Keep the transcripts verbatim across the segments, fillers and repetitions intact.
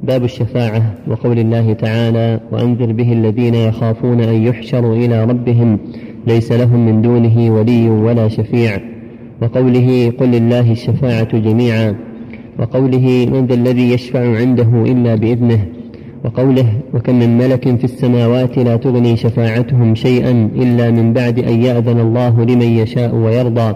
باب الشفاعة وقول الله تعالى: وأنذر به الذين يخافون أن يحشروا إلى ربهم ليس لهم من دونه ولي ولا شفيع، وقوله: قل لله الشفاعة جميعا، وقوله: من ذا الذي يشفع عنده إلا بإذنه، وقوله: وكم من ملك في السماوات لا تغني شفاعتهم شيئا إلا من بعد أن يأذن الله لمن يشاء ويرضى،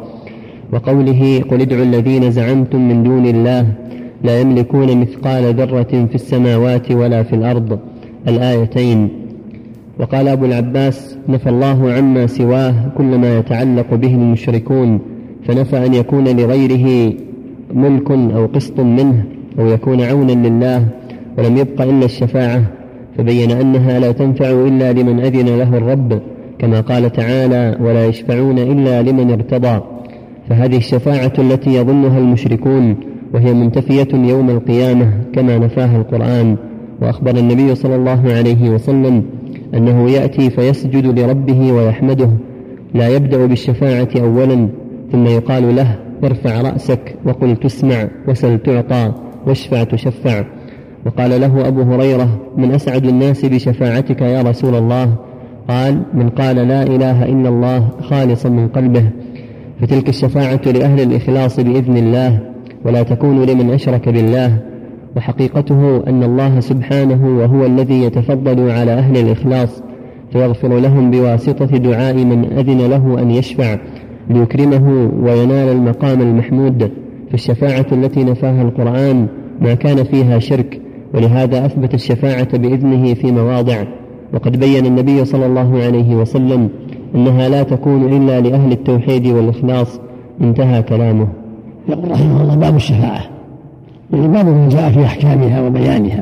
وقوله: قل ادعوا الذين زعمتم من دون الله لا يملكون مثقال ذرة في السماوات ولا في الأرض، الآيتين. وقال أبو العباس: نفى الله عما سواه كل ما يتعلق به المشركون، فنفى أن يكون لغيره ملك أو قسط منه أو يكون عونا لله، ولم يبق إلا الشفاعة، فبين أنها لا تنفع إلا لمن أذن له الرب، كما قال تعالى: ولا يشفعون إلا لمن ارتضى. فهذه الشفاعة التي يظنها المشركون وهي منتفية يوم القيامة كما نفاها القرآن. وأخبر النبي صلى الله عليه وسلم أنه يأتي فيسجد لربه ويحمده، لا يبدأ بالشفاعة أولا، ثم يقال له: ارفع رأسك وقل تسمع وسل تعطى واشفع تشفع. وقال له أبو هريرة: من أسعد الناس بشفاعتك يا رسول الله؟ قال: من قال لا إله إلا الله خالصا من قلبه. فتلك الشفاعة لأهل الإخلاص بإذن الله، ولا تكون لمن أشرك بالله. وحقيقته أن الله سبحانه وهو الذي يتفضل على أهل الإخلاص فيغفر لهم بواسطة دعاء من أذن له أن يشفع ليكرمه وينال المقام المحمود. فالشفاعة التي نفاها القرآن ما كان فيها شرك، ولهذا أثبت الشفاعة بإذنه في مواضع. وقد بين النبي صلى الله عليه وسلم أنها لا تكون إلا لأهل التوحيد والإخلاص. انتهى كلامه. يقول رحمه الله: باب الشفاعة، يعني باب ما جاء في أحكامها وبيانها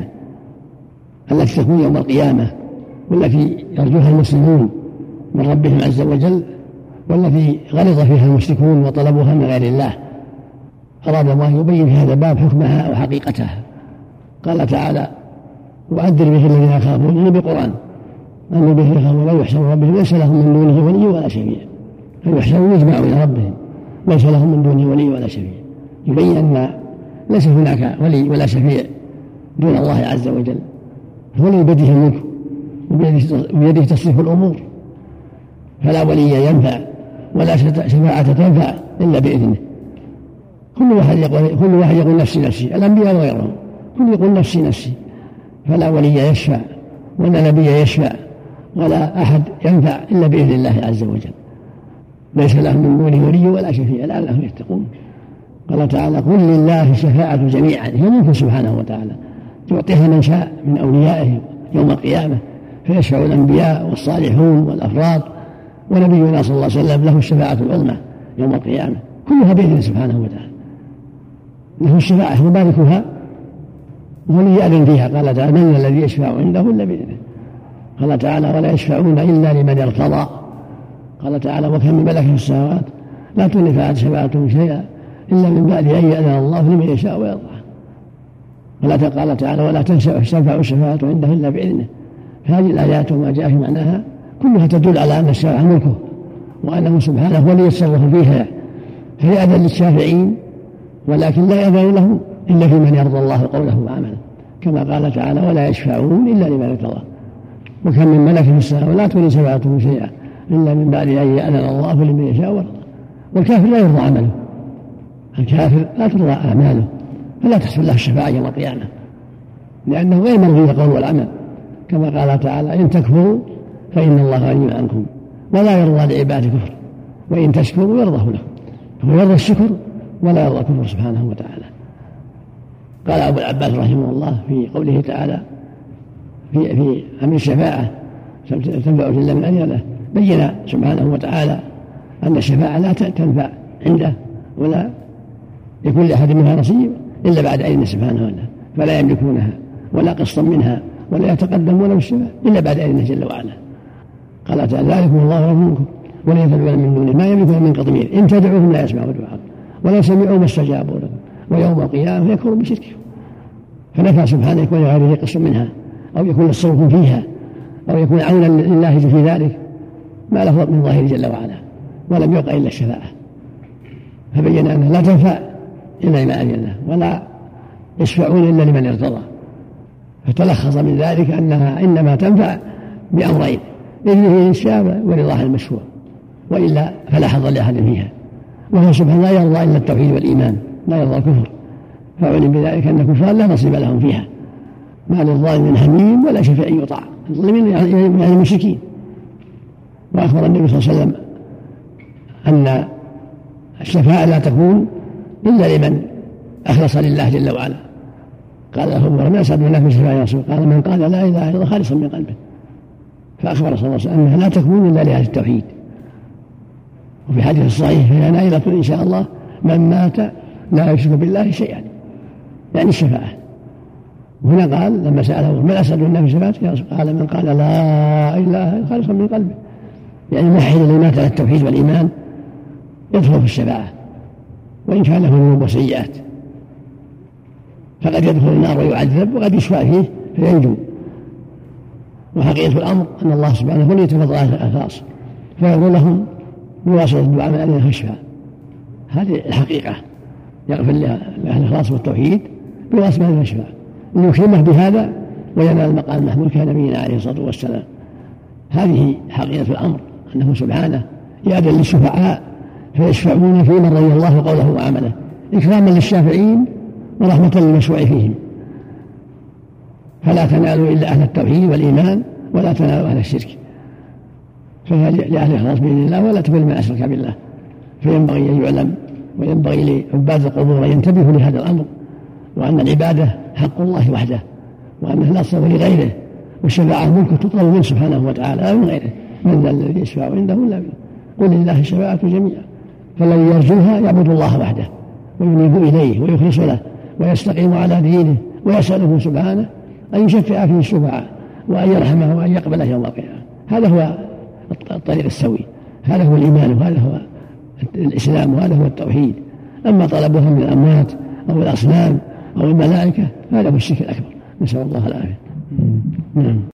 التي تكون يوم القيامة، والتي يرجوها المسلمون من ربهم عز وجل، والتي غلط فيها المشركون وطلبوها من غير الله. أراد الله يبين في هذا الباب حكمها وحقيقتها. قال تعالى: وأنذر به الذين يخافون، بقرآن أن به يخافون لا يحشروا ربهم ليس لهم من دونه ولي ولا شفيع. فيحشروا يجمعوا إلى ربهم ليس لهم من دونه ولي ولا شفيع، يبين أن ليس هناك ولي ولا شفيع دون الله عز وجل، هو الذي بيده الملك وبيده تصريف الأمور، فلا ولي ينفع ولا شفاعة تنفع إلا بإذنه. كل واحد يقول كل واحد يقول نفسي نفسي، الأنبياء وغيرهم كل يقول نفسي نفسي، فلا ولي يشفع ولا نبي يشفع ولا أحد ينفع إلا بإذن الله عز وجل، ليس لهم من دونه ولي ولا شفيع لعلهم يتقون. قال تعالى: قل لله الشفاعة جميعا، هي ملك سبحانه وتعالى يعطيها من شاء من أوليائه يوم القيامة، فيشفع الأنبياء والصالحون والأفراد، ونبينا صلى الله عليه وسلم له الشفاعة العظمى يوم القيامة، كلها بإذنه سبحانه وتعالى. له الشفاعة يباركها وهو يأذن فيها. قال تعالى: من الذي يشفع عنده إلا بإذنه. قال تعالى: ولا يشفعون إلا لمن ارتضى. قال تعالى: وكم من ملك في السماوات لا تغني شفاعتهم شيئا إلا من بعد أن يأذن الله لمن يشاء ويرضى. ولا قال تعالى: ولا تنفع الشفاعة عنده إلا بإذنه. هذه الآيات وما جاء في معناها كلها تدل على أن الشفاعة ملكه، وأنه سبحانه هو الذي يتصرف فيها، فيأذن للشافعين ولكن لا يأذن له إلا في من يرضى الله قوله وعمله، كما قال تعالى: ولا يشفعون إلا لمن ارتضى. وكم من ملك في السماء لا تغني شفاعتهم شيئا إلا من بعد أن يأذن الله لمن يشاء ويرضى. والكافر لا يرضى عمله، الكافر لا ترضى أعماله، فلا تحصل له الشفاعة يوم القيامة، لأنه غير مرضي القول والعمل، كما قال تعالى: إن تكفروا فإن الله غني عنكم ولا يرضى لعباد كفر وإن تشكروا يرضه لكم. فهو يرضى الشكر ولا يرضى الكفر سبحانه وتعالى. قال أبو العباس رحمه الله في قوله تعالى في في أمر الشفاعة تنفع إلا من أذن له، بين سبحانه وتعالى أن الشفاعة لا تنفع عنده ولا يكون لأحد منها نصيب إلا بعد أذنه سبحانه وتعالى، فلا يملكونها ولا قسطا منها ولا يتقدمون بالشفاعة إلا بعد أذنه جل وعلا. قال تعالى: ذلكم الله منكم ولا يدعون من دونه ما يملكون من قطمير إن تدعوهم لا يسمعوا دعاءكم ولا سمعوا ما استجابوا لكم ويوم القيامة يكفرون بشركهم. فنفى سبحانه يكون غيره قسم منها أو يكون الصوت فيها أو يكون عونا لله في ذلك ما له من ظاهر جل وعلا، ولم يقع إلا الشفاعة. فبين أنها لا تنفع إلا لما أذن له ولا يشفعون إلا لمن ارتضى. فتلخص من ذلك أنها إنما تنفع بأمرين: إذنه للشافع ورضاه المشفوع، وإلا فلا حظ لأحد فيها. وهو سبحانه لا يرضى إلا التوحيد والإيمان، لا يرضى الكفر، فعلم بذلك أن الكفار لا نصيب لهم فيها، ما للظالم من حميم ولا شفيع يطاع. الظالمين يعني المشركين. وأخبر النبي صلى الله عليه وسلم أن الشفاعة لا تكون إلا لمن أخلص لله جل وعلا. قال له: من أسعد الناس بالشفاعة يا رسول الله؟ قال: من قال لا إله إلا الله خالصا من قلبه. فأخبر صلى الله عليه وسلم أنها لا تكون إلا لأهل التوحيد. وفي حديث الصحيح: فهي نائلة إن شاء الله من مات لا يشرك بالله شيئا، يعني الشفاعة. وهنا قال لما سأله: من أسعد الناس بالشفاعة؟ قال: من قال لا إله إلا الله خالصا من قلبه، يعني موحد الذي مات على التوحيد والإيمان يدخل في الشفاعة وإن كان له ذنوب وسيئات، فقد يدخل النار ويعذب وقد يشفع فيه فينجو. وحقيقة الأمر أن الله سبحانه هو يتفضل على الأشخاص فيقول لهم بواسطة الدعاء من أجل الشفاء. هذه الحقيقة، يغفر لأهل الإخلاص والتوحيد بواسطة من الشفاء ليكرمه بهذا وينال المقام المحمود كنبينا عليه الصلاة والسلام. هذه حقيقة الأمر، أنه سبحانه يأذن للشفعاء فيشفعون في من رضي الله قوله وعمله، إكراما للشافعين ورحمة للمشروع فيهم. فلا تنالوا إلا أهل التوحيد والإيمان ولا تنالوا أهل الشرك، فهي لأهل الإخلاص بإذن الله ولا تكون من أشرك بالله. فينبغي أن يعلم وينبغي لعباد القبور أن ينتبهوا لهذا الأمر، وأن العبادة حق الله وحده، وأنه لا تصل لغيره، والشفاعة ملك تطلب منه سبحانه وتعالى لا من غيره. من ذا الذي يشفع عنده إلا بالله، قل لله الشفاعة جميعا. فالذي يرجوها يعبد الله وحده وينيب إليه ويخلص له ويستقيم على دينه ويسأله سبحانه أن يشفع فيه الشفعاء وأن يرحمه وأن يقبله يوم القيامة. هذا هو الطريق السوي، هذا هو الإيمان، وهذا هو الإسلام، وهذا هو التوحيد. أما طلبهم من الأموات أو الأصنام أو الملائكة هذا هو الشرك الأكبر، نسأل الله العافية.